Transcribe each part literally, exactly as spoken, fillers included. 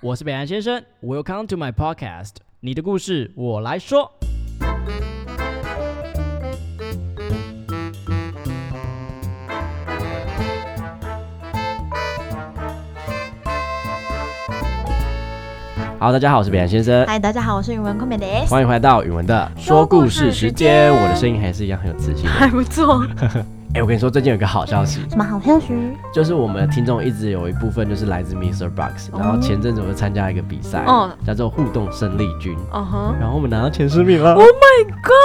我是北岸先生 ，Welcome to my podcast， 你的故事我来说。好，大家好，我是北岸先生。 嗨，大家好，我是允文空美的 S。 欢迎回到允文的说故事时间。我的声音还是一样很有磁性， 还不错。 哎、欸，我跟你说，最近有一个好消息。 什么好消息？ 就是我们的听众一直有一部分就是来自 Mister Box，、哦、然后前阵子我就参加一个比赛，哦、叫做互动胜利军。Uh huh、然后我们拿到前十名了。 Oh my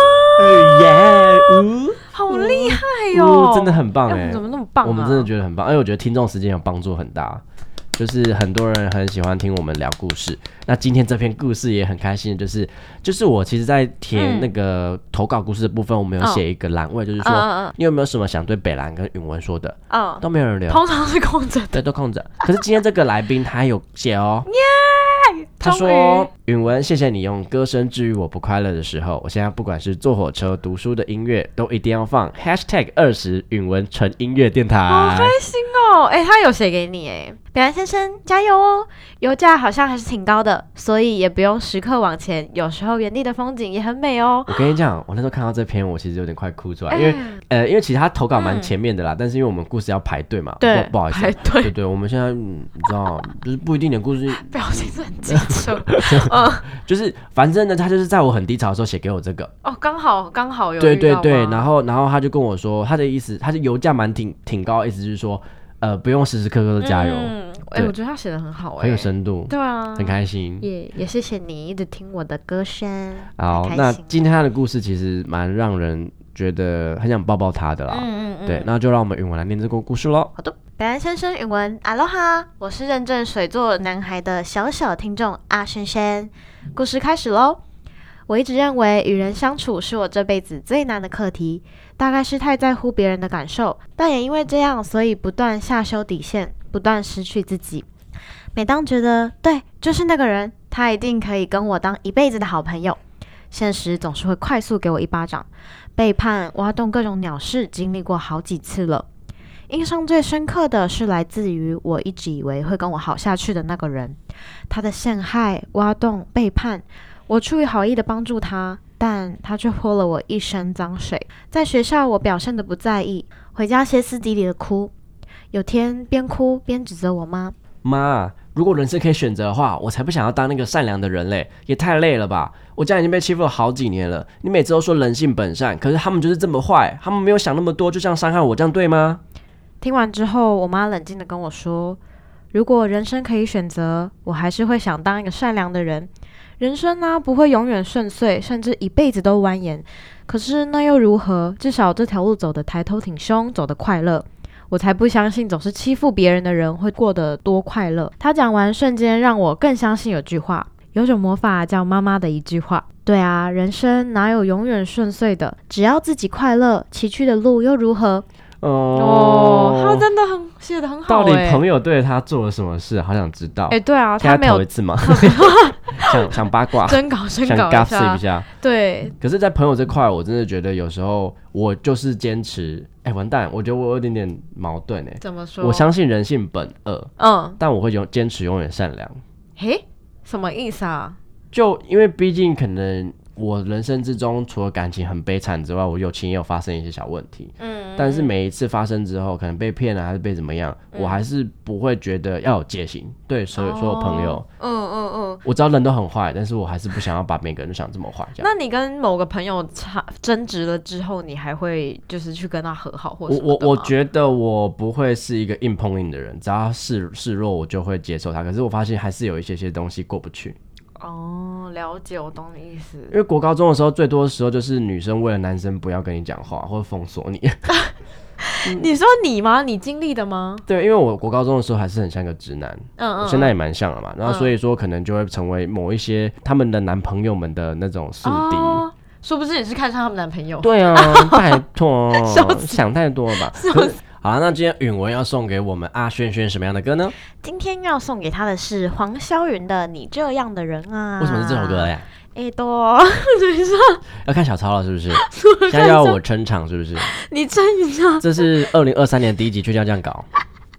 god！ 耶、yeah, 呃， 好厉害哦、 呃！真的很棒哎、欸， 怎么那么棒、啊？ 我们真的觉得很棒，因为我觉得听众时间有帮助很大。就是很多人很喜欢听我们聊故事，那今天这篇故事也很开心的就是就是我其实在填那个投稿故事的部分、嗯、我们有写一个栏位、哦、就是说、嗯嗯、你有没有什么想对北兰跟允文说的、哦、都没有人留， 通常是空着的， 对，都空着。可是今天这个来宾他有写哦耶、yeah, 他说允文，谢谢你用歌声治愈我不快乐的时候，我现在不管是坐火车读书的音乐都一定要放 hashtag 二十允文纯音乐电台。 好开心哦，哎、欸，他有写给你哎，北兰先生加油哦！油价好像还是挺高的，所以也不用时刻往前，有时候原地的风景也很美哦。 我跟你讲，我那时候看到这篇，我其实有点快哭出来，欸、因为呃，因为其实他投稿蛮前面的啦、嗯，但是因为我们故事要排队嘛， 对， 不好意思， 排队， 对对，我们现在、嗯、你知道，就是不一定的故事， 表情是很紧张，嗯， 就是反正呢，他就是在我很低潮的时候写给我这个， 哦，刚好刚好有， 对对对，然后然后他就跟我说，他的意思，他的油价蛮挺挺高，意思就是说。呃，不用时时刻刻都加油。嗯， 哎、欸，我觉得他写得很好、欸， 很有深度。 对啊， 很开心。 也也谢谢你一直听我的歌声。 好，那今天他的故事其实蛮让人觉得很想抱抱他的啦。嗯嗯嗯。对，那就让我们允文来念这个故事咯。 好的，北岸先生允文，阿罗哈，我是认证水座男孩的小小听众阿轩轩。故事开始咯。我一直认为与人相处是我这辈子最难的课题，大概是太在乎别人的感受，但也因为这样，所以不断下修底线，不断失去自己。每当觉得对，就是那个人，他一定可以跟我当一辈子的好朋友，现实总是会快速给我一巴掌。背叛、挖洞各种鸟事经历过好几次了，印象最深刻的是来自于我一直以为会跟我好下去的那个人，他的陷害、挖洞、背叛，我出于好意的帮助他，但他却泼了我一身脏水。在学校我表现得不在意，回家歇斯底里的哭。有天边哭边指责我妈， 妈，如果人生可以选择的话，我才不想要当那个善良的人类，也太累了吧。我家已经被欺负了好几年了，你每次都说人性本善，可是他们就是这么坏，他们没有想那么多就这样伤害我，这样对吗？ 听完之后，我妈冷静地跟我说，如果人生可以选择，我还是会想当一个善良的人。人生呢、啊、不会永远顺遂，甚至一辈子都蜿蜒，可是那又如何？至少这条路走得抬头挺胸，走得快乐。我才不相信总是欺负别人的人会过得多快乐。他讲完瞬间让我更相信有句话，有种魔法叫妈妈的一句话。对啊，人生哪有永远顺遂的，只要自己快乐，崎岖的路又如何？哦, 哦，他真的很写得很好、欸。 到底朋友对他做了什么事？好想知道。 哎、欸，对啊，他没有投一次吗？想想八卦， 真搞真搞一下，想 gossip 一下。 对。 可是，在朋友这块，我真的觉得有时候我就是坚持。哎、欸，完蛋，我觉得我有点点矛盾哎、欸。 怎么说？ 我相信人性本恶，嗯，但我会永坚持永远善良。 嘿，什么意思啊？ 就因为毕竟可能。我人生之中除了感情很悲惨之外，我友情也有发生一些小问题，嗯，但是每一次发生之后，可能被骗了还是被怎么样、嗯，我还是不会觉得要有戒心，对所有、哦、所有朋友，嗯嗯嗯，我知道人都很坏，但是我还是不想要把每个人都想这么坏。那你跟某个朋友争执了之后，你还会就是去跟他和好或者什么的吗？ 我我我觉得我不会是一个硬碰硬的人，只要示示弱我就会接受他，可是我发现还是有一些些东西过不去。 哦，了解，我懂你意思。 因为国高中的时候，最多的时候就是女生为了男生不要跟你讲话，或者封锁你。 你说你吗？你经历的吗？ 对，因为我国高中的时候还是很像个直男，嗯嗯，我现在也蛮像了嘛。然后所以说，可能就会成为某一些他们的男朋友们的那种宿敌。哦， 殊不知你是看上他们男朋友？ 对啊，拜托，想太多了吧？好了，那今天允文要送给我们阿轩轩什么样的歌呢？ 今天要送给他的是黄霄云的《你这样的人啊》。 为什么是这首歌呀？ 哎、欸，多，等一下， 要看小抄了是不是？现在要我撑场是不是？ 你撑一下。 这是二零二三年第一集，确定要这样搞？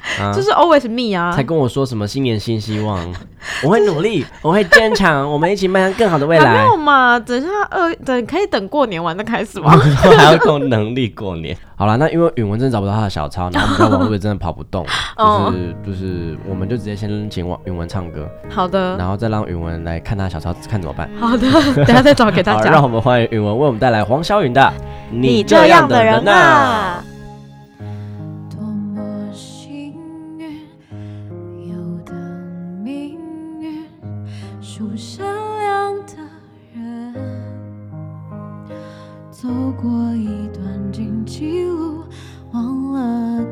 啊、就是 always me 啊， 才跟我说什么新年新希望，我会努力，我会坚强，我们一起迈向更好的未来。 还没有嘛？等一下二等可以等过年完再开始吗？ 还要够能力过年。好啦，那因为允文真的找不到他的小抄，然后我们在网络也真的跑不动，就是就是我们就直接先请允文唱歌， 好的， 然后再让允文来看他的小抄，看怎么办。 好的，等一下再找给他讲。 让我们欢迎允文为我们带来黄小允的《 你这样的人啊》。 善良的人，走过一段荆棘路，忘了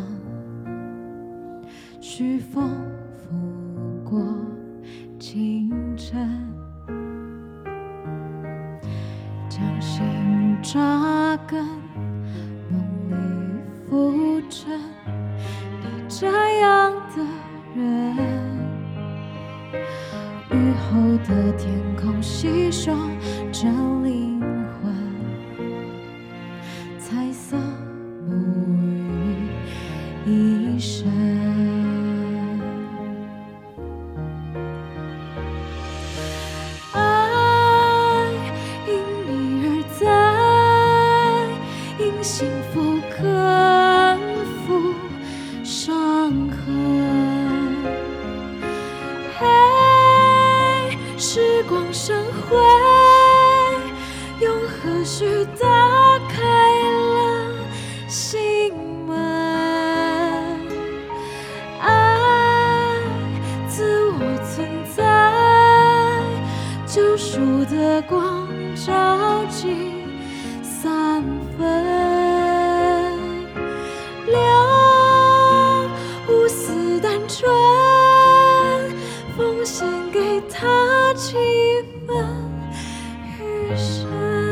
他是否拂过清晨，将心扎根，梦里浮沉。你这样的人，雨后的天空吸收着灵魂，彩色沐浴一生。爱因你而在，因幸福克服伤痕。时光盛会，用和煦打开了心门。爱自我存在，救赎的光照进三分，留无私单纯，奉献给他几分余生。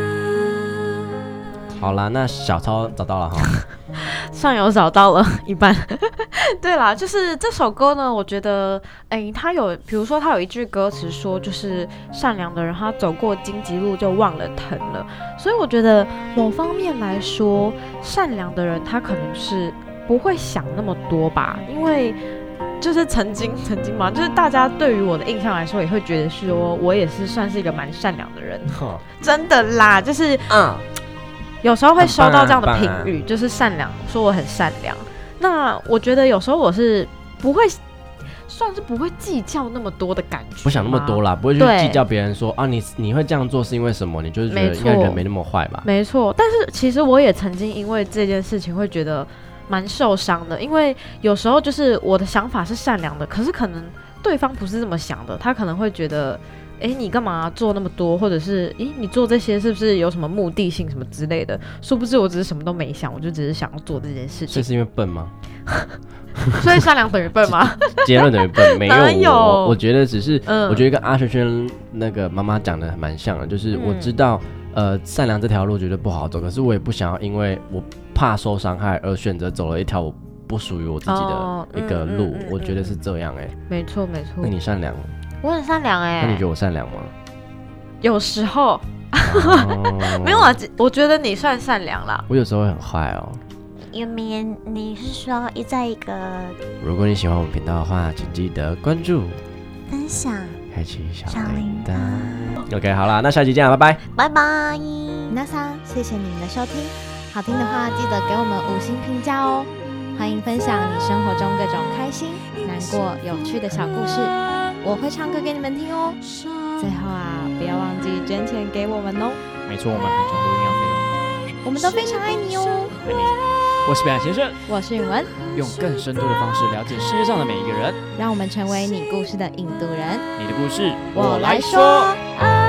好啦，那小抄找到了哈， 上游找到了一半。对啦，就是这首歌呢，我觉得，哎、欸，他有，比如说他有一句歌词说，就是善良的人，他走过荆棘路就忘了疼了。所以我觉得某方面来说，善良的人他可能是不会想那么多吧，因为。就是曾经曾经嘛，就是大家对于我的印象来说，也会觉得说我也是算是一个蛮善良的人，哦、真的啦，就是嗯，有时候会收到这样的评语，啊、就是善良，说我很善良。那我觉得有时候我是不会，算是不会计较那么多的感觉， 不想那么多啦，不会去计较别人说啊，你你会这样做是因为什么？你就是觉得应该人没那么坏吧？ 没错，但是其实我也曾经因为这件事情会觉得。蛮受伤的，因为有时候就是我的想法是善良的，可是可能对方不是这么想的，他可能会觉得，哎，你干嘛做那么多，或者是，哎，你做这些是不是有什么目的性什么之类的？殊不知我只是什么都没想，我就只是想要做这件事情。 这是因为笨吗？ 所以善良等于笨吗？ 结论等于笨，没有我。 有我, 我觉得只是，嗯、我觉得跟阿轩轩那个妈妈讲的蛮像的，就是我知道，嗯、呃，善良这条路绝对不好走，可是我也不想要因为我。怕受伤害而选择走了一条我不属于我自己的一个路，哦嗯嗯嗯、我觉得是这样哎、欸。 没错没错。 那你善良？ 我很善良哎、欸。 那你觉得我善良吗？ 有时候，哦、没有啊，我觉得你算善良啦。 我有时候会很坏哦。 You mean 你是说一在一个？ 如果你喜欢我们频道的话，请记得关注、 分享、 开启小铃铛。OK， 好啦，那下期见了，拜拜。 拜拜。 皆さん，谢谢你们的收听。好听的话，记得给我们五星评价哦！欢迎分享你生活中各种开心、难过、有趣的小故事，我会唱歌给你们听哦。最后啊，不要忘记捐钱给我们哦。 没错，我们很重录音要费哦。 我们都非常爱你哦。 爱你。我是北海先生， 我是允文， 用更深度的方式了解世界上的每一个人， 让我们成为你故事的引渡人。 你的故事， 我来说。